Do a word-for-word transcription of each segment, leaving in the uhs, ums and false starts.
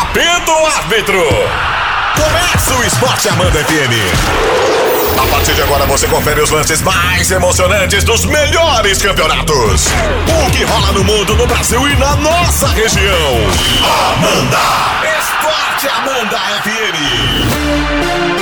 Apita o árbitro. Começa o Esporte Amanda F M. A partir de agora você confere os lances mais emocionantes dos melhores campeonatos. O que rola no mundo, no Brasil e na nossa região. Amanda! Esporte Amanda F M.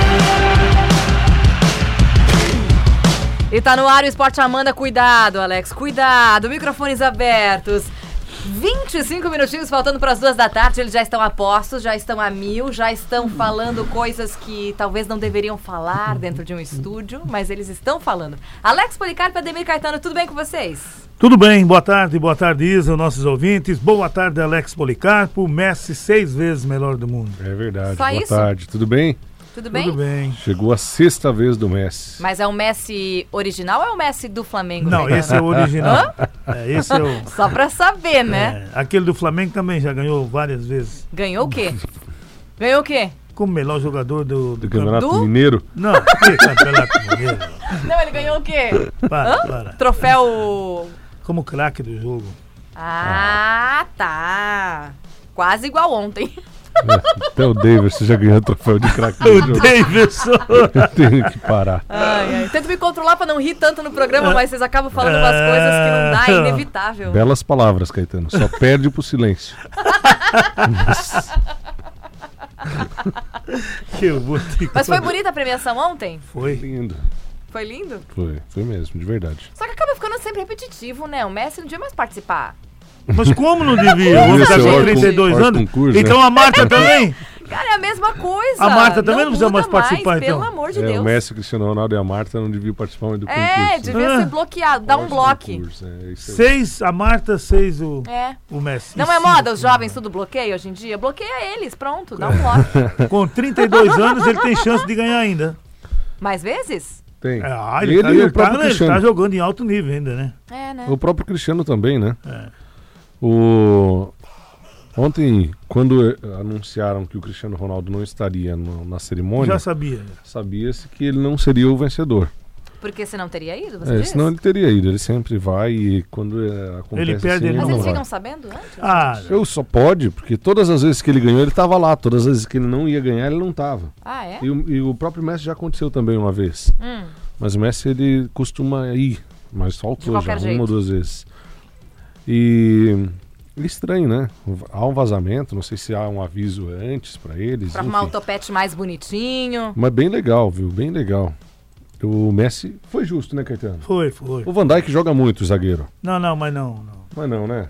E tá no ar o Esporte Amanda. Cuidado, Alex, cuidado, microfones abertos. vinte e cinco minutinhos faltando para as duas da tarde. Eles já estão a postos, já estão a mil, já estão falando coisas que talvez não deveriam falar dentro de um estúdio, mas eles estão falando. Alex Policarpo e Ademir Caetano, tudo bem com vocês? Tudo bem, boa tarde, boa tarde, Isa, nossos ouvintes. Boa tarde, Alex Policarpo, Messi seis vezes melhor do mundo. É verdade, Só boa isso? tarde, tudo bem? Tudo bem? Tudo bem. Chegou a sexta vez do Messi. Mas é o Messi original ou é o Messi do Flamengo? Não, Caetano? esse é o original. É, esse é o... Só pra saber, né? É, aquele do Flamengo também já ganhou várias vezes. Ganhou o quê? Ganhou o quê? Como melhor jogador do... Do Campeonato Do? Mineiro. Não, que Campeonato Mineiro? Não, ele ganhou o quê? Para, Hã? para. Troféu... Como craque do jogo. Ah, tá. Quase igual ontem. Até o Davidson já ganhou o troféu de craque do O jogo. Davidson. Eu tenho que parar. Ai, ai. Tento me controlar pra não rir tanto no programa, mas vocês acabam falando umas coisas que não dá, é inevitável. Belas palavras, Caetano. Só perde pro silêncio. Que eu vou ter que- Mas foi bonita a premiação ontem? Foi. Lindo. Foi lindo? Foi, foi mesmo, de verdade. Só que acaba ficando sempre repetitivo, né? O Messi não devia mais participar. Mas como não devia? O homem Devia tá ser com Orton- trinta e dois Orton anos. Concurso, Então né? a Marta também? Cara, é a mesma coisa. A Marta também não precisa muda mais participar, Pelo então? amor de É, Deus. o Messi, o Cristiano Ronaldo e a Marta não deviam participar mais do concurso. É, devia Ah. ser bloqueado. Dá um Orton bloco. Concurso, é, isso aí. Seis a Marta, seis o, É. o Messi. Não E é cinco. moda os jovens tudo bloqueia hoje em dia? Bloqueia eles, pronto, dá um bloco. Com trinta e dois anos ele tem chance de ganhar ainda. Mais vezes? Tem. É, ah, ele ele, tá, e ele, o próprio tá, ele Cristiano. tá jogando em alto nível ainda, né? É, né? O próprio Cristiano também, né? É. O... Ontem, quando eh, anunciaram que o Cristiano Ronaldo não estaria no- na cerimônia, Já sabia. sabia-se que ele não seria o vencedor. Porque você não teria ido, você É, diz? senão ele teria ido. Ele sempre vai e quando eh, acontece Ele perde, assim, ele Mas não eles vai. ficam sabendo antes? Ah, Eu só pode, porque todas as vezes que ele ganhou, ele estava lá. Todas as vezes que ele não ia ganhar, ele não estava. Ah, é? E, o- e o próprio Messi já aconteceu também uma vez. Hum. Mas o Messi, ele costuma ir. Mas faltou já, qualquer uma jeito. ou duas vezes. E... Estranho, né? Há um vazamento, não sei se há um aviso antes pra eles. Pra arrumar o enfim. topete mais bonitinho. Mas bem legal, viu? Bem legal. O Messi foi justo, né, Caetano? foi, foi. O Van Dijk joga muito, o zagueiro. Não, não, mas não, não. Mas não, né?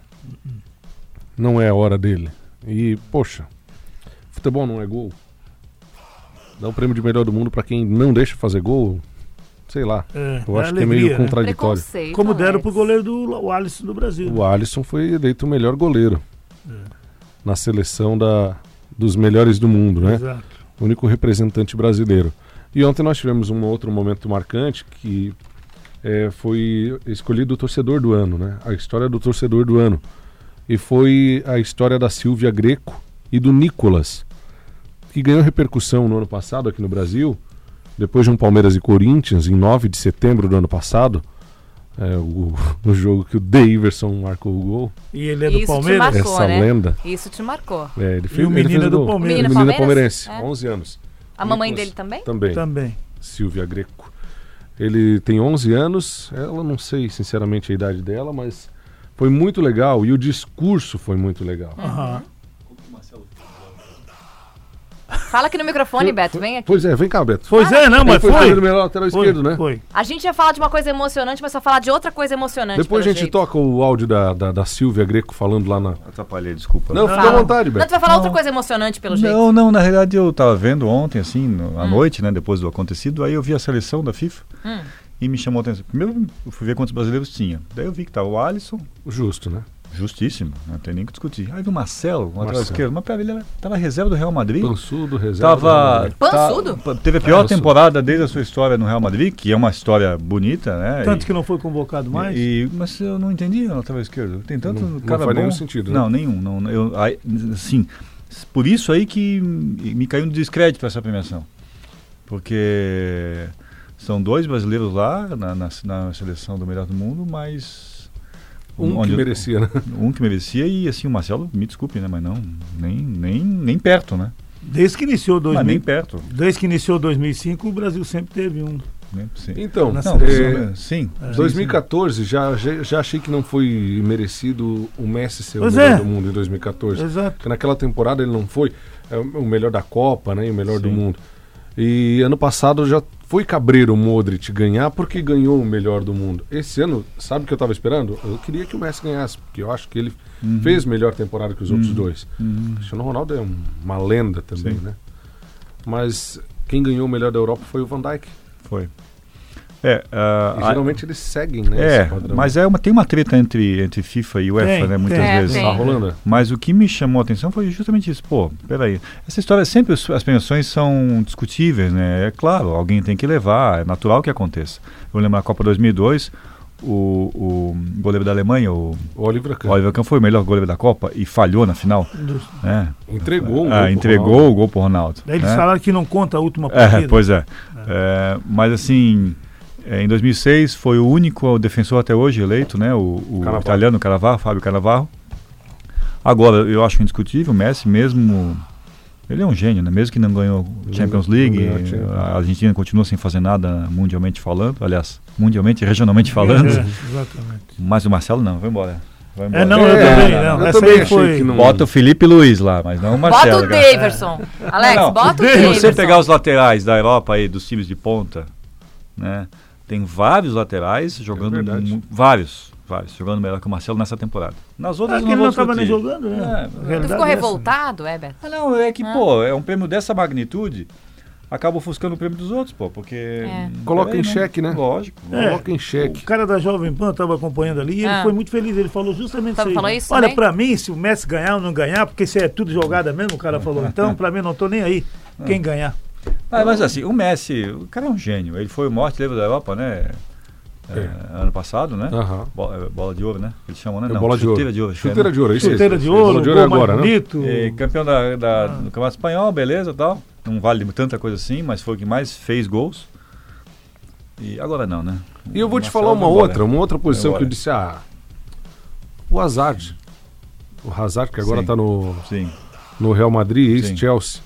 Não é a hora dele. E, poxa, futebol não é gol. Dá o prêmio de melhor do mundo pra quem não deixa fazer gol. Sei lá. É, Eu é acho que é alegria, meio né? contraditório. Preconceito, Como deram Alex. pro goleiro do o Alisson do Brasil. O Alisson foi eleito o melhor goleiro na seleção da, dos melhores do mundo, né? Exato. O único representante brasileiro. E ontem nós tivemos um outro momento marcante que é, foi escolhido o torcedor do ano, né? A história do torcedor do ano. E foi a história da Silvia Greco e do Nicolas, que ganhou repercussão no ano passado aqui no Brasil, depois de um Palmeiras e Corinthians, em nove de setembro do ano passado, é, o, o jogo que o Daverson marcou o gol. E ele é do Isso te Palmeiras? marcou, Essa né? lenda. Isso te marcou. É, ele E fez, o ele menino fez é do gol. Palmeiras. O Menino menino é Palmeiras? palmeirense, É. onze anos. A mamãe Nicolas dele também? Também. Também. Silvia Greco. Ele tem onze anos, ela não sei sinceramente a idade dela, mas foi muito legal e o discurso foi muito legal. Aham. Fala aqui no microfone, Beto, vem aqui. Pois é, vem cá, Beto. Pois é, não, mas Ele foi foi. escolhido melhor lateral Foi, esquerdo, né? Foi. A gente ia falar de uma coisa emocionante, mas só falar de outra coisa emocionante. Depois a pelo gente jeito. toca o áudio da, da, da Silvia Greco falando lá na... Atrapalhei, desculpa. Não, fica à Fala. vontade, Não, Beto. tu vai falar Não. outra coisa emocionante, pelo jeito. Não, não, na realidade eu tava vendo ontem, assim, no- à Hum. noite, né, depois do acontecido, aí eu vi a seleção da FIFA Hum. e me chamou a atenção. Primeiro eu fui ver quantos brasileiros tinha. Daí eu vi que tava o Alisson, Justo, né? justíssimo, não tem nem o que discutir. Aí vi o Marcelo, um lateral Marcelo. esquerdo, mas pera, ele era- tava reserva do Real Madrid. Pansudo, reserva. Tava, Pançudo? tá- teve a pior Pançudo. temporada desde a sua história no Real Madrid, que é uma história bonita, né? Tanto e, que não foi convocado mais. E, mas eu não entendi o lateral esquerdo. Tem tanto Não- não cara faz bom. nenhum sentido, né? Não, nenhum. Não, eu, aí, sim, por isso aí que me caiu no descrédito essa premiação. Porque são dois brasileiros lá na, na, na seleção do melhor do mundo, mas Um onde que eu- merecia, né? Um que merecia e assim, o Marcelo, me desculpe, né? Mas não, nem, nem, nem perto, né? Desde que iniciou dois Mas mil, nem perto. desde que iniciou dois mil e cinco, o Brasil sempre teve um. Né? Sim. Então, Na Não, é, sim. dois mil e quatorze, já, já, já achei que não foi merecido o Messi ser Pois o melhor é. do mundo em dois mil e quatorze. Exato. Porque naquela temporada ele não foi é, o melhor da Copa, né? E o melhor do Sim. mundo. E ano passado já foi cabreiro o Modric ganhar porque ganhou o melhor do mundo. Esse ano, sabe o que eu estava esperando? Eu queria que o Messi ganhasse, porque eu acho que ele Uhum. fez melhor temporada que os outros Uhum. dois. Uhum. O Cristiano Ronaldo é um- uma lenda também, Sim. né? Mas quem ganhou o melhor da Europa foi o Van Dijk. Foi. É, ah, E a- geralmente eles seguem, né? é esse padrão. mas é uma, tem uma treta entre, entre FIFA e UEFA, Tem, né? Muitas tem. É, vezes. tem. Tá rolando? Mas o que me chamou a atenção foi justamente isso. Pô, peraí. Essa história, sempre os- as premiações são discutíveis, né? É claro, alguém tem que levar, é natural que aconteça. Eu lembro na Copa dois mil e dois, o, o goleiro da Alemanha, o O Oliver Kahn Oliver Kahn, foi o melhor goleiro da Copa e falhou na final. Dos- Né? entregou um Ah, gol pro entregou Ronaldo. o gol pro Ronaldo. Daí eles né? falaram que não conta a última partida. É, pois é. É, mas assim, é, em dois mil e seis foi o único defensor até hoje eleito, né? O, o Cannavaro. italiano Cannavaro, Fábio Cannavaro. Agora, eu acho indiscutível, o Messi mesmo, ele é um gênio, né? Mesmo que não ganhou Champions não League, ganhou a Champions. a Argentina continua sem fazer nada mundialmente falando, aliás, mundialmente e regionalmente falando. É, exatamente. Mas o Marcelo não, vai embora. Vai embora. É, não, eu É, também, não, não. eu Essa também aí achei foi. que não- Bota o Felipe Luiz lá, mas não o Marcelo. Bota o cara. Daverson. Alex, Não, bota o se Se Daverson. você pegar os laterais da Europa aí, dos times de ponta, né? Tem vários laterais jogando, verdade. mu- vários, vários, jogando melhor que o Marcelo nessa temporada. Nas Ah, outras que eu ele não não vou estava nem discutir. jogando, né? É, A é. Tu realidade ficou é essa. revoltado, Heber? Ah, não, é que, Ah. pô, é um prêmio dessa magnitude, acaba ofuscando o prêmio dos outros, pô, porque... É. Coloca peraí, em xeque, né? Lógico. É. Coloca em O xeque. cara da Jovem Pan estava acompanhando ali e ele Ah. foi muito feliz. Ele falou justamente Então, isso aí. falou isso Olha, também? pra mim, se o Messi ganhar ou não ganhar, porque isso é tudo jogada mesmo, o cara falou. Então, pra mim, não tô nem aí. Quem ganhar. Ah, mas assim, o Messi, o cara é um gênio, ele foi o maior artilheiro da Europa, né? É, ano passado, né? Aham. Bo- é, bola de ouro, né? Eles chamam, né? É Não, bola de ouro. chuteira de ouro. acho que é, Chuteira né? de ouro, isso aí. Chuteira de Bola ouro, de ouro é gol mais agora, né? bonito. É, campeão da, da- do Campeonato Espanhol, beleza e tal. Não vale tanta coisa assim, mas foi o que mais fez gols. E agora não, né? E eu vou te Marcelo falar uma vai embora. outra, uma outra posição Vai que eu embora. disse, ah, o Hazard. O Hazard que agora Sim. tá no, Sim. no Real Madrid, Sim. ex-Chelsea.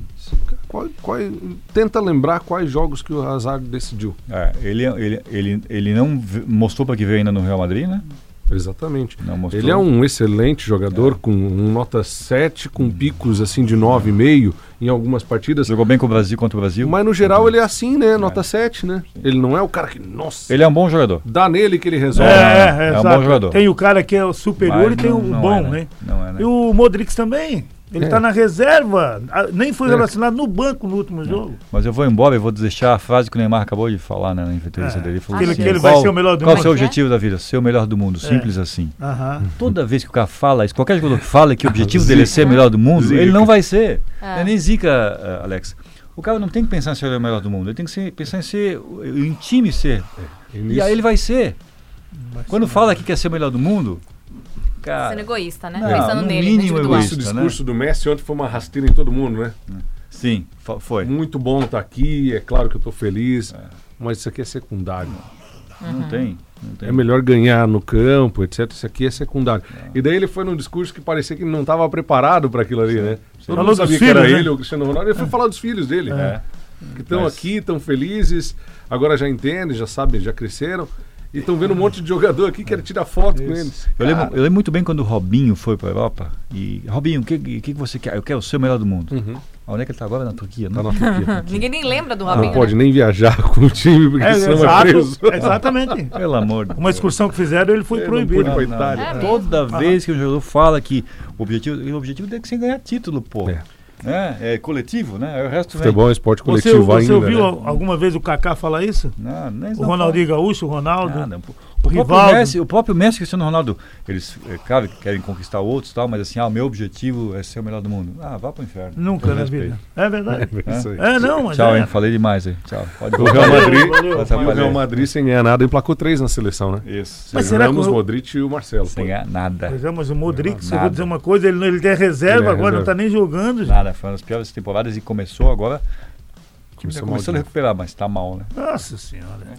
Qual, qual, tenta lembrar quais jogos que o Hazard decidiu. É, ele, ele, ele, ele não v- mostrou para que veio ainda no Real Madrid, né? Exatamente. Não mostrou. Ele é um excelente jogador, com um nota sete, com picos assim de nove vírgula cinco em algumas partidas. Jogou bem com o Brasil contra o Brasil. Mas no geral ele é assim, né? Nota sete, né? Ele não é o cara que, nossa, Ele é um bom jogador. dá nele que ele É, resolve. é, é um exato. bom jogador. Tem o cara que é o superior Mas e tem não- o não bom, é, né? Não é, né? E o Modric também. Ele É. tá na reserva. Ah, Nem foi É. relacionado no banco no último jogo. Mas eu vou embora e vou deixar a frase que o Neymar acabou de falar, né, na entrevista É. dele. Ele falou Que ele- assim, que ele vai qual- ser o melhor do Qual mundo. o seu É? objetivo da vida? Ser o melhor do mundo. Simples assim. Aham. Toda vez que o cara fala isso, qualquer jogador que fala que o objetivo dele é ser o melhor do mundo, Zica. ele não vai ser. É. Não é nem zica, eh, Alex. O cara não tem que pensar em ser o melhor do mundo, ele tem que ser- pensar em ser, o- em time ser. E E nisso- aí ele vai ser. Quando fala que quer ser o melhor do mundo, cara... Sendo egoísta, né? Não, Pensando no nele, mínimo individual. Esse egoísta, discurso do Messi ontem foi uma rasteira em todo mundo, né? Sim, fo- foi. Muito bom estar aqui, é claro que eu tô feliz, mas isso aqui é secundário. Não tem. Não tem. É melhor ganhar no campo, etcétera. Isso aqui é secundário. E daí ele foi num discurso que parecia que ele não estava preparado para aquilo ali, né? Todo Falou mundo dos sabia que filhos, era né? ele, o Cristiano Ronaldo. Ele foi falar dos filhos dele, É. que estão Mas- aqui, estão felizes, agora já entendem, já sabem, já cresceram. E estão vendo um monte de jogador aqui que quer tirar foto com eles. Eu lembro, eu lembro muito bem quando o Robinho foi para a Europa. E, Robinho, o que, que, que você quer? Eu quero ser o melhor do mundo. Uhum. Onde é que ele está agora? Na Turquia, Tá né? na Turquia. Ninguém nem lembra do Não Robinho, pode né? nem viajar com o time, porque É, senão é exato, preso. exatamente. Pelo amor de Uma excursão que fizeram, ele foi É, não proibido. pôde ir pra Não, Itália. É não. mesmo? Toda vez que um jogador fala que o objetivo, o objetivo tem que ser ganhar título, pô. É. É, é coletivo, né? Aí o resto vem. Futebol é um esporte Você, coletivo você ainda, ouviu né? al- alguma vez o Kaká falar isso? Não, nem O Ronaldinho Gaúcho, o Ronaldo? Nada. O, o o próprio Rivaldo. Messi, o próprio Messi e o Cristiano Ronaldo, eles, é, claro, que querem conquistar outros e tal, mas assim, ah, o meu objetivo é ser o melhor do mundo. Ah, vá pro inferno. Nunca Com na respeito. vida. É verdade. É isso aí. É, não, mas Tchau, é. hein? Falei demais aí. Tchau. Pode O Real Madrid, Valeu, Essa o valeu. Real Madrid sem ganhar nada emplacou três na seleção, né? Isso. Mas Sérgio será que Ramos, o- Modric e o Marcelo. Sem ganhar nada. Pois é, mas o Modric, se eu vou Nada. dizer uma coisa, ele, não- ele tem reserva Ele é agora, não reserva. tá nem jogando. gente. Nada. Foi uma das piores temporadas e começou agora. O time tá Começou mal começando de a recuperar, mas tá mal, né? Nossa senhora.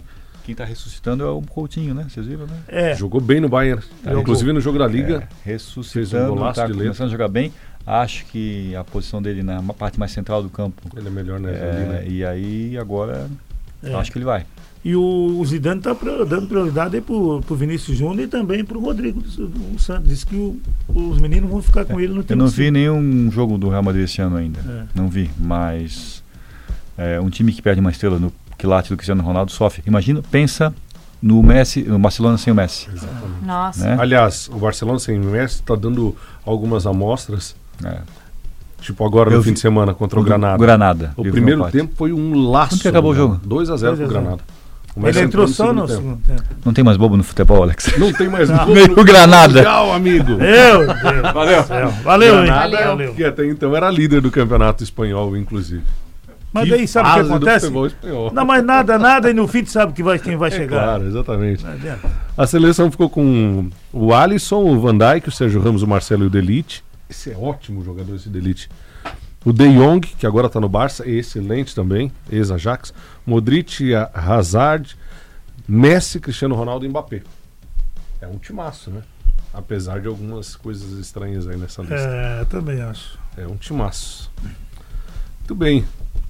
quem está ressuscitando é o Coutinho, né? Vocês viram, né? É. Jogou bem no Bayern. Tá, Inclusive no jogo da Liga. É, ressuscitando, um golaço está de letra. começando a jogar bem. Acho que a posição dele na parte mais central do campo. Ele é melhor, né? É, ali, né? E aí, agora, É. acho que ele vai. E o, o Zidane está dando prioridade aí pro, pro Vinícius Júnior e também pro Rodrigo do, do Santos. Diz que o- os meninos vão ficar com ele no Eu time. não vi nenhum jogo do Real Madrid esse ano ainda. É. Não vi, mas é, um time que perde uma estrela no quilate do Cristiano Ronaldo sofre. Imagina, pensa no Messi, no Barcelona sem o Messi. Nossa. Né? Aliás, o Barcelona sem o Messi está dando algumas amostras, É. tipo agora Eu no fim vi- de semana contra o Do Granada. Granada. O Eu vi primeiro uma parte. tempo foi um laço. Quanto que acabou o né? jogo? dois a zero dois a pro zero. Granada. O Messi Ele entrou só no tempo. segundo tempo. Não tem mais bobo no futebol, Alex. Não tem mais Não. gol Meio no Granada. Legal, amigo. Meu Deus. Valeu. Céu. Valeu, hein? Granada, Valeu. que até então era líder do campeonato espanhol, inclusive. Mas Que daí sabe o que fase do acontece? futebol espanhol. Não, mas nada, nada, e no fim tu sabe que vai, quem vai É chegar. claro, exatamente. Não adianta. A seleção ficou com o Alisson, o Van Dijk, o Sérgio Ramos, o Marcelo e o Delite. Esse é ótimo jogador, esse Delite. O De Jong, que agora está no Barça, é excelente também, ex-Ajax. Modric, a- Hazard, Messi, Cristiano Ronaldo e Mbappé. É um timaço, né? Apesar de algumas coisas estranhas aí nessa lista. É, também acho. É, um timaço. Muito bem.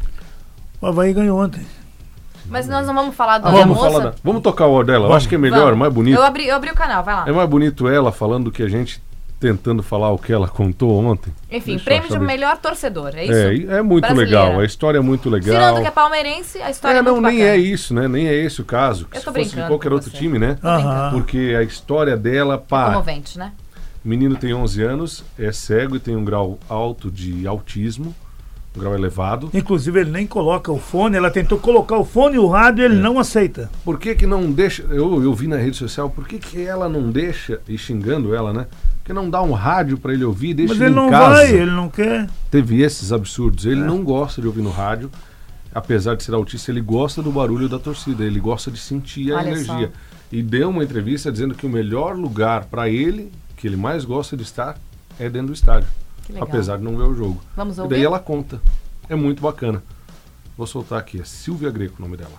O Avaí ganhou ontem. Mas nós não vamos falar da Ah, da Vamos, moça? falar da- vamos tocar o dela. Eu Vamos. acho que é melhor, Vamos. mais bonito. Eu abri, eu abri o canal, vai lá. É mais bonito ela falando do que a gente tentando falar o que ela contou ontem. Enfim, Deixa eu prêmio achar de ali. melhor torcedor, é isso? É, e é muito Brasileira. legal. A história é muito legal. Tirando que é palmeirense, a história É, é muito não, nem bacana. é isso, né? Nem é esse o caso. Eu Se tô fosse de brincando qualquer com outro você. time, né? Aham. Porque a história dela, pá, Comovente, né? o menino tem onze anos, é cego e tem um grau alto de autismo, um grau elevado. Inclusive, ele nem coloca o fone. Ela tentou colocar o fone e o rádio e ele não aceita. Por que que não deixa... Eu, eu vi na rede social, por que que ela não deixa, e xingando ela, né? Porque não dá um rádio pra ele ouvir, deixa Mas ele ele em não casa. vai, ele não quer. Teve esses absurdos. Ele não gosta de ouvir no rádio, apesar de ser autista, ele gosta do barulho da torcida, ele gosta de sentir a Olha energia. só. E deu uma entrevista dizendo que o melhor lugar para ele, que ele mais gosta de estar, é dentro do estádio, Que legal. apesar de não ver o jogo. Vamos E ouvir? daí ela conta. É muito bacana. Vou soltar aqui, é Silvia Greco o nome dela.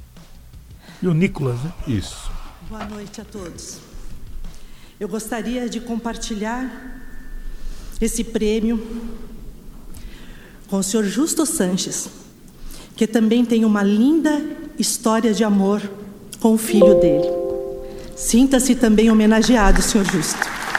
E o Nicolas, né? Isso. Boa noite a todos. Eu gostaria de compartilhar esse prêmio com o senhor Justo Sanches, que também tem uma linda história de amor com o filho dele. Sinta-se também homenageado, senhor Justo.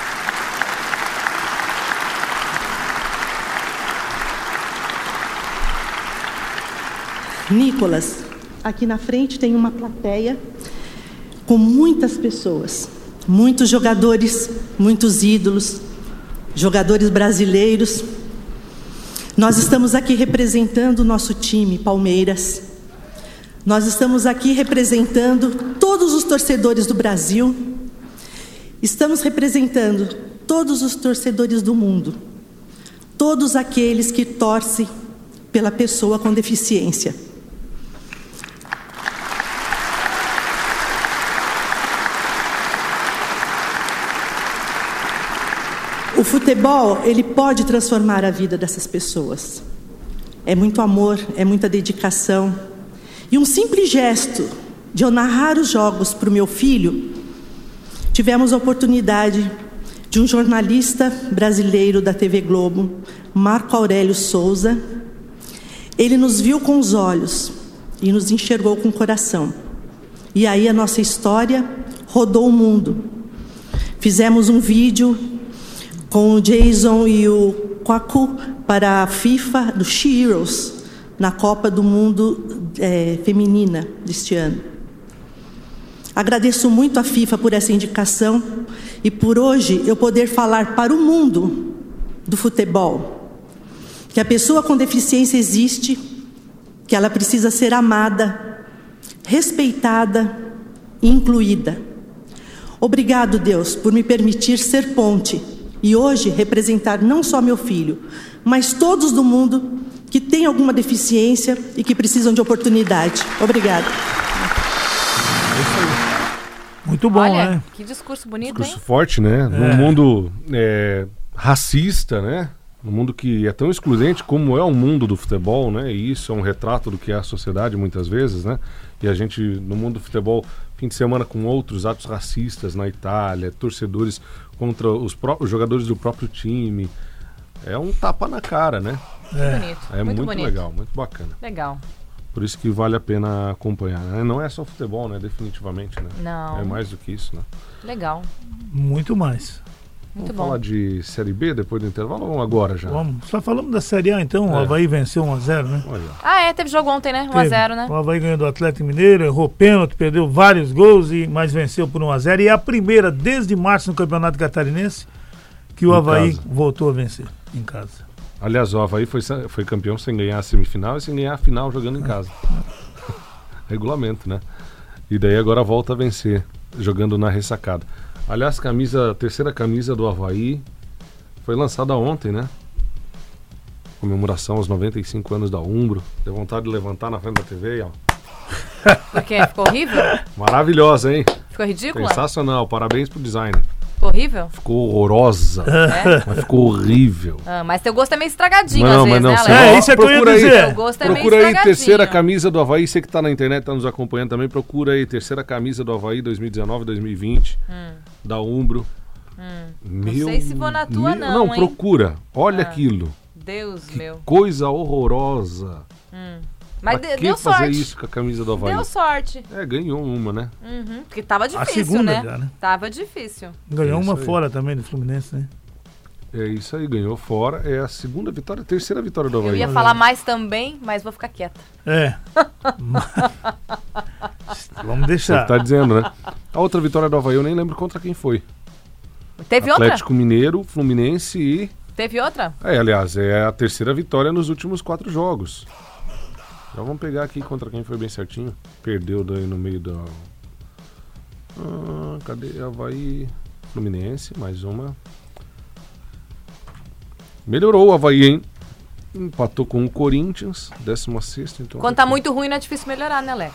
Nicolas, aqui na frente tem uma plateia com muitas pessoas, muitos jogadores, muitos ídolos, jogadores brasileiros. Nós estamos aqui representando o nosso time, Palmeiras. Nós estamos aqui representando todos os torcedores do Brasil. Estamos representando todos os torcedores do mundo. Todos aqueles que torcem pela pessoa com deficiência. O futebol, ele pode transformar a vida dessas pessoas. É muito amor, é muita dedicação. E um simples gesto de eu narrar os jogos para o meu filho, tivemos a oportunidade de um jornalista brasileiro da T V Globo, Marco Aurélio Souza. Ele nos viu com os olhos e nos enxergou com o coração. E aí a nossa história rodou o mundo. Fizemos um vídeo com o Jason e o Kwaku para a FIFA do She Heroes, na Copa do Mundo é, Feminina deste ano. Agradeço muito à FIFA por essa indicação e por hoje eu poder falar para o mundo do futebol que a pessoa com deficiência existe, que ela precisa ser amada, respeitada e incluída. Obrigado, Deus, por me permitir ser ponte e hoje representar não só meu filho, mas todos do mundo que têm alguma deficiência e que precisam de oportunidade. Obrigada. Muito bom, Olha, né? que discurso bonito, Discurso hein? forte, né? Num mundo é, racista, né? Um mundo que é tão excludente como é o mundo do futebol, né? E isso é um retrato do que é a sociedade muitas vezes, né? E a gente, no mundo do futebol, fim de semana com outros atos racistas na Itália, torcedores contra os, pró- os jogadores do próprio time. É um tapa na cara, né? É. Bonito. É muito, muito, bonito. legal, muito bacana. Legal. Por isso que vale a pena acompanhar, né? Não é só futebol, né? Definitivamente, né? Não. É mais do que isso, né? Legal. Muito mais. Muito Vamos bom. falar de Série B depois do intervalo ou vamos agora já? Vamos. Só falamos da Série A, então. O É. Avaí venceu um a zero, né? Olha. Ah, é, teve jogo ontem, né? um a zero, né? O Avaí ganhou do Atlético Mineiro, errou pênalti, perdeu vários gols, e, mas venceu por um a zero. E é a primeira, desde março, no Campeonato Catarinense, que o Em Avaí casa. voltou a vencer em casa. Aliás, o Avaí foi, foi campeão sem ganhar a semifinal e sem ganhar a final jogando em casa. Regulamento, né? E daí agora volta a vencer, jogando na ressacada. Aliás, camisa, a terceira camisa do Avaí foi lançada ontem, né? Comemoração aos noventa e cinco anos da Umbro. Deu vontade de levantar na frente da T V, ó. Por quê? Ficou horrível? Maravilhosa, hein? Ficou ridícula? Sensacional. Parabéns pro design. Ficou horrível? Ficou horrorosa. É? Mas ficou horrível. Ah, mas teu gosto é meio estragadinho Não, às mas vezes, não, né, você- Alex? É, isso é que eu ia Procura aí. dizer. Teu gosto é meio Procura aí, estragadinho. terceira camisa do Avaí. Você que tá na internet, tá nos acompanhando também. Procura aí, terceira camisa do Avaí dois mil e dezenove, dois mil e vinte. Hum. Da Umbro. Hum. Meu, sei se vou na tua meu- não, Não, hein? procura. Olha Ah. aquilo. Deus Que meu. coisa horrorosa. Hum. Mas Pra de- que deu fazer sorte. isso com a camisa do Avaí? Deu sorte. É, ganhou uma, né? Uhum. Porque tava difícil, segunda né? já, né? Tava difícil. Ganhou É isso uma aí. fora também do Fluminense, né? É isso aí, ganhou fora. É a segunda vitória, a terceira vitória do Eu Avaí. ia falar mais também, mas vou ficar quieta. É. Vamos Você deixar. tá dizendo, né? A outra vitória do Avaí eu nem lembro contra quem foi. Teve Atlético Mineiro, Fluminense e... outra? Teve outra? É, aliás, é a terceira vitória nos últimos quatro jogos. Já vamos pegar aqui contra quem foi bem certinho. Perdeu daí no meio da... Ah, cadê? Avaí... Fluminense, mais uma. Melhorou o Avaí, hein? Empatou com o Corinthians, décima sexta. Então Quando tá muito ruim, não é difícil melhorar, né, Alex?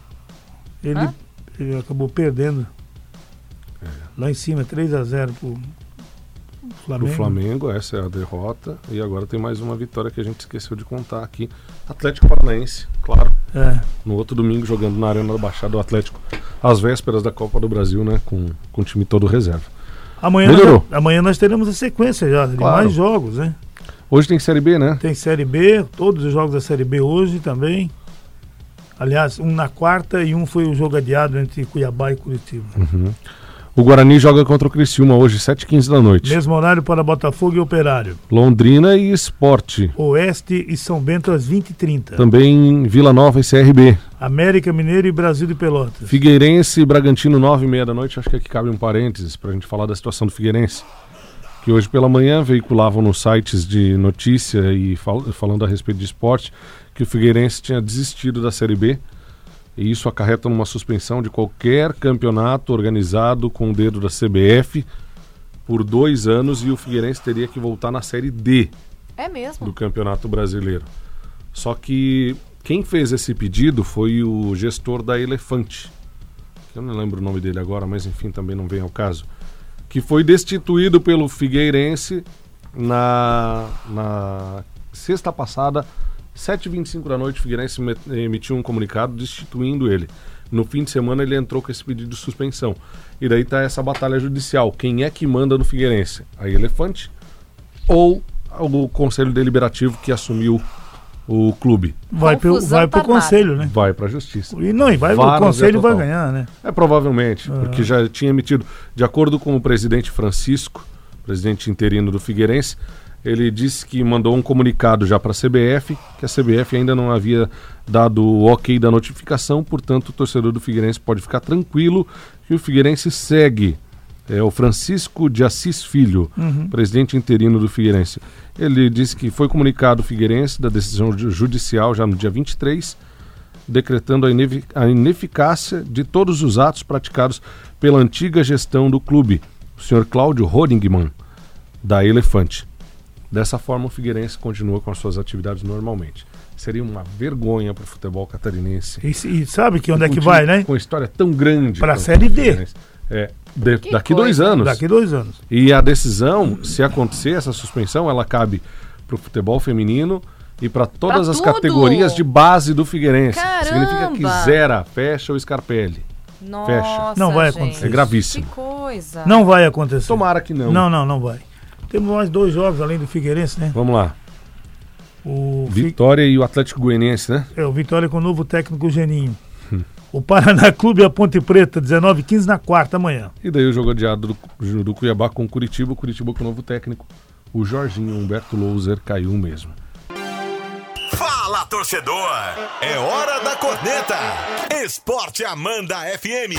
Ele, Hã? ele acabou perdendo. Lá em cima, três a zero pro Pro Flamengo. Flamengo, essa é a derrota. E agora tem mais uma vitória que a gente esqueceu de contar aqui. Atlético Paranaense, claro. É. No outro domingo, jogando na Arena da Baixada, o Atlético, às vésperas da Copa do Brasil, né? Com, com o time todo reserva. Amanhã, Melhorou. nós, amanhã nós teremos a sequência já de Claro. mais jogos, né? Hoje tem Série B, né? Tem Série B, todos os jogos da Série B hoje também. Aliás, um na quarta e um foi o jogo adiado entre Cuiabá e Curitiba. Uhum. O Guarani joga contra o Criciúma hoje, sete e quinze da noite. Mesmo horário para Botafogo e Operário. Londrina e Sport. Oeste e São Bento às vinte e trinta. Também Vila Nova e C R B. América Mineiro e Brasil de Pelotas. Figueirense e Bragantino, nove e meia da noite. Acho que aqui cabe um parênteses para a gente falar da situação do Figueirense. Que hoje pela manhã veiculavam nos sites de notícia e fal falando a respeito de esporte que o Figueirense tinha desistido da Série B. E isso acarreta numa suspensão de qualquer campeonato organizado com o dedo da C B F por dois anos e o Figueirense teria que voltar na Série D É mesmo? do Campeonato Brasileiro. Só que quem fez esse pedido foi o gestor da Elefante. Eu não lembro o nome dele agora, mas enfim, também não vem ao caso. Que foi destituído pelo Figueirense na, na sexta passada, sete e vinte e cinco da noite, o Figueirense met- emitiu um comunicado destituindo ele. No fim de semana ele entrou com esse pedido de suspensão. E daí tá essa batalha judicial. Quem é que manda no Figueirense? A Elefante ou o Conselho Deliberativo que assumiu o clube? Vai pro, Confusão vai pro tá armada. conselho, né? Vai pra justiça. E não, e vai, o Várzea conselho vai total. ganhar, né? É provavelmente, Ah. porque já tinha emitido, de acordo com o presidente Francisco, presidente interino do Figueirense, ele disse que mandou um comunicado já para a C B F, que a C B F ainda não havia dado o ok da notificação, portanto o torcedor do Figueirense pode ficar tranquilo que o Figueirense segue. É o Francisco de Assis Filho, Uhum. presidente interino do Figueirense. Ele disse que foi comunicado o Figueirense da decisão ju- judicial já no dia vinte e três, decretando a, inevi- a ineficácia de todos os atos praticados pela antiga gestão do clube, o senhor Cláudio Rodingman, da Elefante. Dessa forma, o Figueirense continua com as suas atividades normalmente. Seria uma vergonha para o futebol catarinense. E, e sabe que onde é Um que time vai, né? Com história tão grande. Pra quanto Série o D. Figueirense. É, de, Que daqui coisa. dois anos. Daqui dois anos. E a decisão, se acontecer essa suspensão, ela cabe pro futebol feminino e para todas Pra as tudo. categorias de base do Figueirense. Caramba. Significa que zera, fecha o Scarpelli. Nossa, Fecha. Não vai gente. acontecer. É gravíssimo. Que coisa. Não vai acontecer. Tomara que não. Não, não, não vai. Temos mais dois jogos além do Figueirense, né? Vamos lá. O, Fi- Vitória e o Atlético Goianiense, né? é, o Vitória com o novo técnico Geninho. O Paraná Clube e a Ponte Preta, dezenove e quinze na quarta amanhã. E daí o jogo adiado do, do Cuiabá com o Curitiba, o Curitiba com o novo técnico. O Jorginho Humberto Louser caiu mesmo. Fala, torcedor! É hora da corneta! Esporte Amanda F M.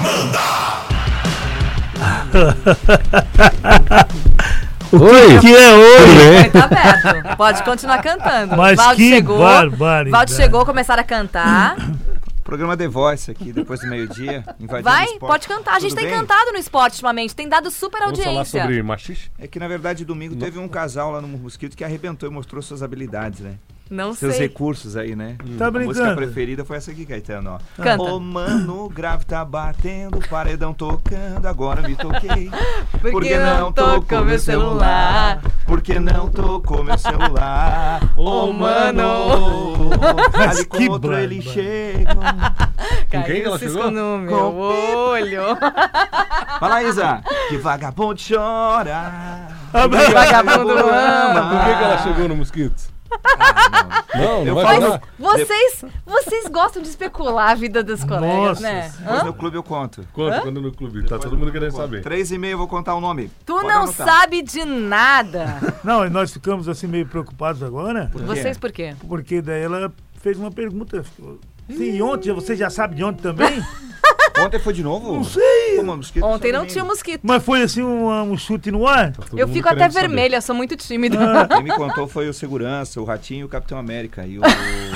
Oi! Que é hoje? Vai, tá aberto. Pode continuar cantando. Mas Valde que chegou. barbaridade. Valde chegou, começaram a cantar. Programa The Voice aqui, depois do meio-dia, invadindo Vai, o esporte. pode cantar. A gente Tudo tem bem? cantado no esporte ultimamente. Tem dado super Vamos falar audiência. sobre machixe? É que, na verdade, domingo teve um casal lá no Mosquito que arrebentou e mostrou suas habilidades, né? Não Seus sei. recursos aí, né? Tá A música brincando? preferida foi essa aqui, Caetano, ó. Canta. Ô, mano, o grave tá batendo, paredão tocando, agora me toquei. Por que não tocou meu celular? Por que não tocou meu celular? Ô, mano. Ali Que com outro barba. ele chega. Com quem que ela cisco chegou? no meu Com olho. Fala, Isa. Que vagabundo chora. Vagabundo ama. Por que, que ela chegou no Mosquito? Ah, não. Não, não Eu vai falo- falar. Vocês, vocês gostam de especular a vida dos colegas, Nossa né? Mas Hã? no clube eu conto. Conta quando no clube. Tá todo mundo querendo saber. Três e meia eu vou contar o nome. Tu Pode não anotar. sabe de nada. Não, e nós ficamos assim meio preocupados agora, Por quê? Vocês por quê? porque daí ela fez uma pergunta. ficou, Sim, e ontem, você já sabe de ontem também? Ontem foi de novo? Não sei. Pô, mano, mosquito Ontem só não domingo. tinha mosquito. Mas foi assim um, um chute no ar? Tá todo Eu mundo fico até querendo saber. vermelha, eu sou muito tímida. Quem me contou foi o segurança, o Ratinho e o Capitão América. E o...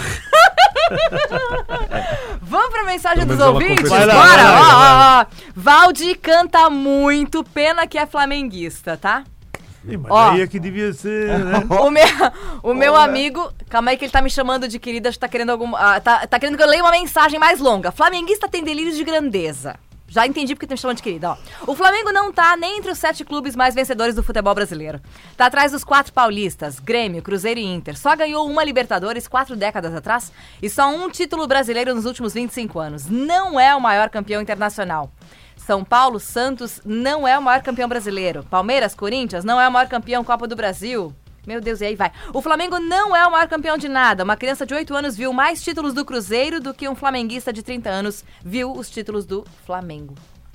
Vamos pra mensagem Pelo dos menos ela ouvintes? confessou. Vai lá, Bora! vai lá, Ó, vai ó, ó. Valde canta muito, pena que é flamenguista, tá? Ih, mas Ó. aí é que devia ser, né? O meu, o meu amigo, calma aí que ele tá me chamando de querida, acho que tá querendo algum, ah, tá, tá querendo que eu leia uma mensagem mais longa. Flamenguista tem delírios de grandeza. Já entendi porque tá me chamando de querida, ó. O Flamengo não tá nem entre os sete clubes mais vencedores do futebol brasileiro. Tá atrás dos quatro paulistas, Grêmio, Cruzeiro e Inter. Só ganhou uma Libertadores quatro décadas atrás e só um título brasileiro nos últimos vinte e cinco anos. Não é o maior campeão internacional. São Paulo, Santos não é o maior campeão brasileiro. Palmeiras, Corinthians não é o maior campeão Copa do Brasil. Meu Deus, e aí vai. O Flamengo não é o maior campeão de nada. Uma criança de oito anos viu mais títulos do Cruzeiro do que um flamenguista de trinta anos viu os títulos do Flamengo.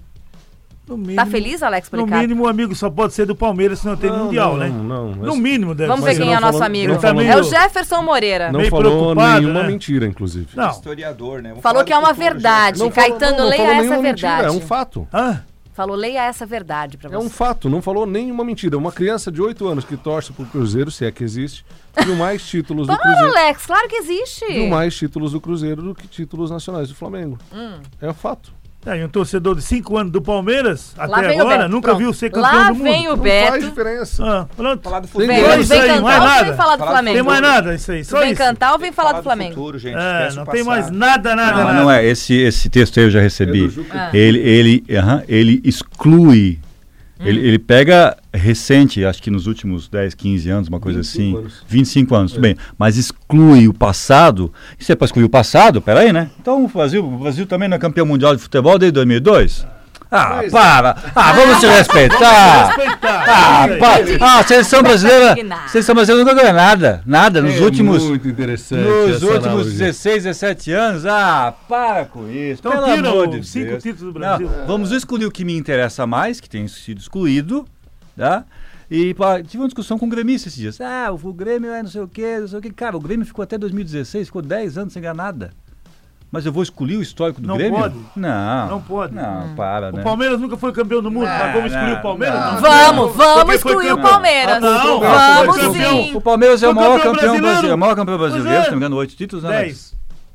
No mínimo, Tá feliz, Alex No Policarpo? mínimo, o amigo só pode ser do Palmeiras se não tem Não, Mundial, não, né? não, não, mas- No mínimo deve Vamos ser. ver quem não é o nosso falou- amigo. não falou- É o Jefferson Moreira. Não Meio falou preocupado, nenhuma né? mentira, inclusive. Não. Historiador, né? Vamos Falou falar que é do uma futuro, verdade. gente. Não falou- Caetano, não, não leia falou essa nenhuma mentira, verdade. é um fato. Hã? Falou, leia essa verdade pra É um você. fato, não falou nenhuma mentira. Uma criança de oito anos que torce pro Cruzeiro, se é que existe, viu mais títulos do Para, Cruzeiro. Alex, claro que existe. Viu mais títulos do Cruzeiro do que títulos nacionais do Flamengo. Hum. É um fato. É, e um torcedor de cinco anos do Palmeiras, Lá até vem o agora, Beto. nunca Pronto. viu ser campeão Lá do mundo. vem o Não Beto. faz diferença. Ah, pronto. Falar do Tem futuro. Vem, Só vem isso aí, cantar mais ou nada. vem falar do Falar do Flamengo? Tem mais nada, isso aí, só Vem isso. cantar ou vem falar do do Flamengo? futuro, gente. É, esquece não o tem passado. mais nada, nada, Não, nada. mas não é. Esse, esse texto aí eu já recebi. É do Juca. Ele, ele, aham, ele exclui. Ele, ele pega recente, acho que nos últimos dez, quinze anos, uma coisa vinte e cinco assim. anos. vinte e cinco anos, tudo bem. Mas exclui o passado. E se é para excluir o passado, peraí, né? Então o Brasil, o Brasil também não é campeão mundial de futebol desde dois mil e dois? Ah, Pois é. para! Ah, vamos se respeitar! Respeitar. Ah, isso aí. para! Ah, a seleção brasileira. Indignado. A seleção brasileira nunca ganhou nada. Nada. Nos É últimos. muito interessante Nos essa últimos analogia. dezesseis, dezessete anos, ah, para com isso. Então pelo tira amor os de cinco Deus. títulos do Brasil. Não, vamos excluir o que me interessa mais, que tem sido excluído, tá? E pá, tive uma discussão com o gremista esses dias. Ah, o, o Grêmio é não sei o quê, não sei o quê. Cara, o Grêmio ficou até dois mil e dezesseis, ficou dez anos sem ganhar nada. Mas eu vou excluir o histórico do Não Grêmio? pode. Não. Não pode. Não, para, O né? Palmeiras nunca foi campeão do mundo, Não, mas vamos excluir não, o Palmeiras? não. Não. Vamos, vamos Porque foi excluir o campeão. Palmeiras. Ah, não, Vamos foi campeão. sim. O Palmeiras é o Foi maior campeão campeão brasileiro, brasileiro. é o maior campeão Pois brasileiro, é. se não me engano, oito títulos, né? Alex? Dez.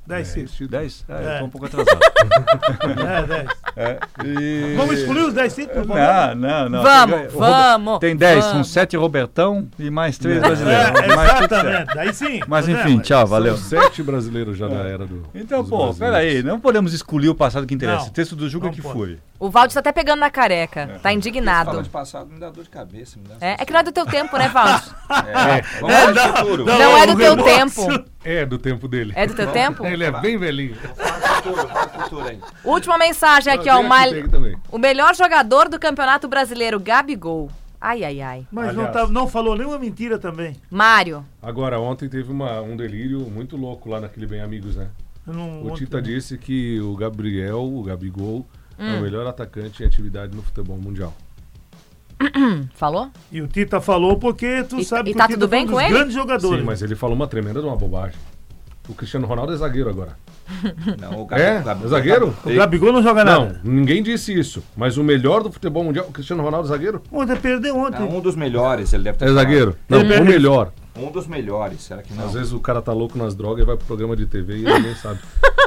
dez títulos. dez? Ah, É. eu tô um pouco atrasado. É, dez. É, e- Vamos excluir os dez títulos? Não, não, não. Vamos, Tem- o vamos, Tem dez, são vamos. sete Robertão e mais três É, brasileiros. Mais tudo certo. exatamente. Daí sim. Mas Pois é, enfim, tchau, valeu. São sete brasileiros já da era do. Então, dos pô, brasileiros. peraí, não podemos excluir o passado que interessa. Não, O texto do Juca não que pode. fure. O Valdir tá até pegando na careca. Tá indignado. Fala de passado, me dá dor de cabeça. Me dá É, é que não é do teu tempo, né, Valdir? É, vamos falar de futuro. não. Não é do o teu remorso. tempo. É do tempo dele. É do teu tempo? Ele é bem velhinho. Fala de futuro, fala de futuro aí. Última mensagem aqui, ó. Tem O, mal- tem também. o melhor jogador do Campeonato Brasileiro, Gabigol. Ai, ai, ai. Mas não, Aliás. tá, não falou nenhuma mentira também. Mário. Agora, ontem teve uma, um delírio muito louco lá naquele Bem Amigos, né? Eu não- O Tita ontem- disse que o Gabriel, o Gabigol, é Hum. o melhor atacante em atividade no futebol mundial. Falou? E o Tita falou porque tu E- sabe e que tá o Tita tudo foi bem um com dos ele? grandes jogadores. Sim, mas ele falou uma tremenda de uma bobagem. O Cristiano Ronaldo é zagueiro agora. Não, o Gabi- É? o Gabi- É zagueiro? O Gabigol não joga Não, nada. ninguém disse isso. Mas o melhor do futebol mundial, o Cristiano Ronaldo é zagueiro? Ontem perdeu ontem. Não, um dos melhores, ele deve ter É falado. zagueiro? Não, Ele- o melhor. Um dos melhores, será que não? Às vezes o cara tá louco nas drogas e vai pro programa de T V e ele nem sabe.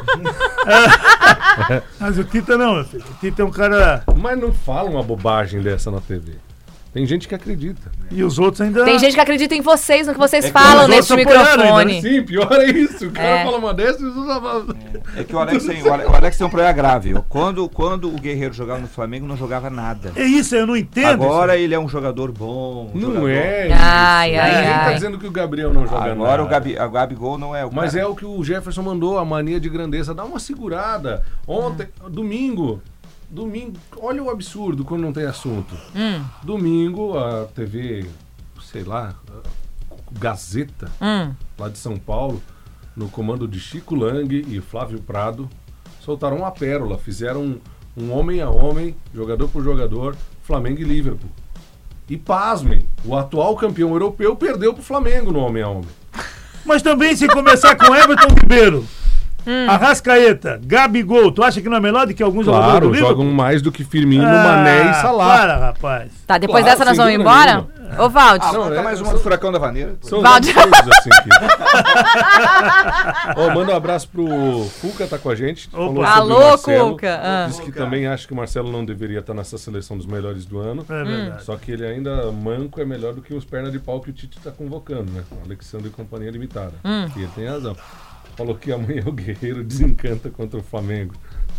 Mas o Tita não, meu filho. O Tita é um cara. Mas não fala uma bobagem dessa na T V. Tem gente que acredita. E os outros ainda. Tem gente que acredita em vocês, no que vocês É que falam os nesse outros apoiaram microfone. Sim, pior é isso. O cara É. fala uma dessa e os outros falam. É que o Alex, tem, o Ale- o Alex tem um problema grave. Quando, quando o Guerreiro jogava no Flamengo, não jogava nada. É isso, eu não entendo. Agora isso. ele é um jogador bom. um Não jogador- é. Ai, isso. ai, Ninguém tá ai. dizendo que o Gabriel não joga Agora nada. o Gabi, a Gabigol não é o Mas cara. é o que o Jefferson mandou, a mania de grandeza. Dá uma segurada. Ontem, domingo, domingo, olha o absurdo quando não tem assunto. Hum, Domingo, a T V, sei lá, a Gazeta, hum. lá de São Paulo, no comando de Chico Lang e Flávio Prado, soltaram uma pérola. Fizeram um, um homem a homem, jogador por jogador, Flamengo e Liverpool. E pasmem, o atual campeão europeu perdeu pro Flamengo no homem a homem. Mas também se começar com Everton Ribeiro, Arrascaeta, Gabigol, tu acha que não é melhor do que alguns jogadores do Claro, Liverpool? jogam mais do que Firmino, Ah, Mané e Salah. Para, rapaz. Tá, depois Claro, dessa nós sem vamos dúvida embora? Ô, Valdir. Ah, Não, conta é- mais uma são- do Furacão da Vaneira. São os Valdir. absurdos, assim que... Ó, manda um abraço pro Fuca, tá com a gente. Falou sobre Alô, o Marcelo. Cuca. Ah. Diz que também acha que o Marcelo não deveria estar nessa seleção dos melhores do ano. É verdade. Só que ele ainda manco é melhor do que os pernas de pau que o Tite tá convocando, né? O Alexandre e companhia limitada. Hum. E ele tem razão. Falou que amanhã o Guerreiro desencanta contra o Flamengo.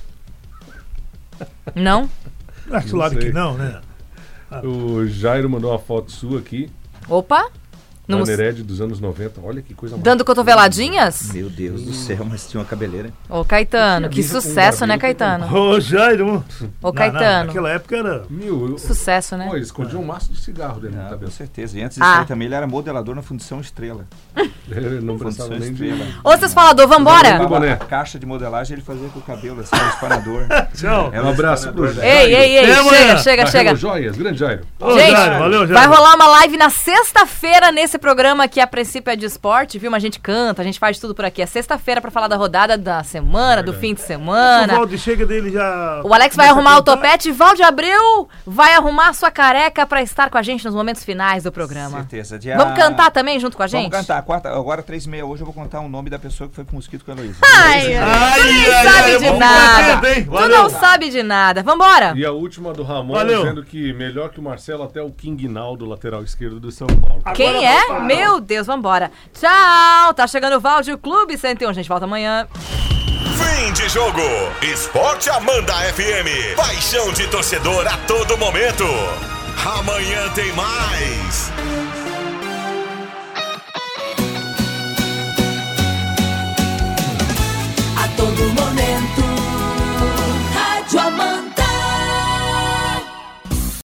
Não? Acho Não claro sei. que não, né? O Jairo mandou uma foto sua aqui. Opa. Na Não- Nered dos anos noventa. Olha que coisa Dando cotoveladinhas? Meu Deus do céu, mas tinha uma cabeleira. Ô, Caetano, que Tinha visto um sucesso, né, barbeiro Caetano? Ô, Jairo. Ô, Não, Caetano. não, naquela época era. Mil, eu... Sucesso, né? Pô, eles escondiam um maço de cigarro dentro do Ah, com cabelo. certeza. E antes disso Ah. aí também ele era modelador na Fundição Estrela. Ele não Fundição prestava nem de... Estrela. Ô, vocês falador, vambora? Não, boné. A caixa de modelagem ele fazia com o cabelo assim, um espanador. Tchau. Era Um abraço espanador pro da- Jairo. Ei, ei, ei, Até chega, amanhã. chega, Da chega. Relo Joias, grande Jairo. Ô, Gente, Jairo, valeu, Jairo. Vai rolar uma live na sexta-feira nesse programa que a princípio é de esporte, viu? Mas a gente canta, a gente faz tudo por aqui. É sexta-feira pra falar da rodada da semana, do fim de O semana. Valdir chega dele já. O Alex vai começa arrumar a o cantar. topete e Valdir Abreu vai arrumar a sua careca pra estar com a gente nos momentos finais do programa. Certeza. Dia- Vamos cantar também junto com a gente? Vamos cantar. Quarta, agora, três e meia hoje, eu vou contar o nome da pessoa que foi pro mosquito com a Heloísa. Ai, Ai, tu nem ai, sabe ai, de vamos nada. bater, hein? Tu Valeu. não sabe de nada. Vambora. E a última do Ramon, Valeu. dizendo que melhor que o Marcelo, até o King Naldo, lateral esquerdo do São Paulo. Quem é? Meu Deus, vambora. Tchau. Tá chegando o Valdir Clube cento e um. A gente volta amanhã. Fim de jogo. Esporte Amanda F M. Paixão de torcedor a todo momento. Amanhã tem mais.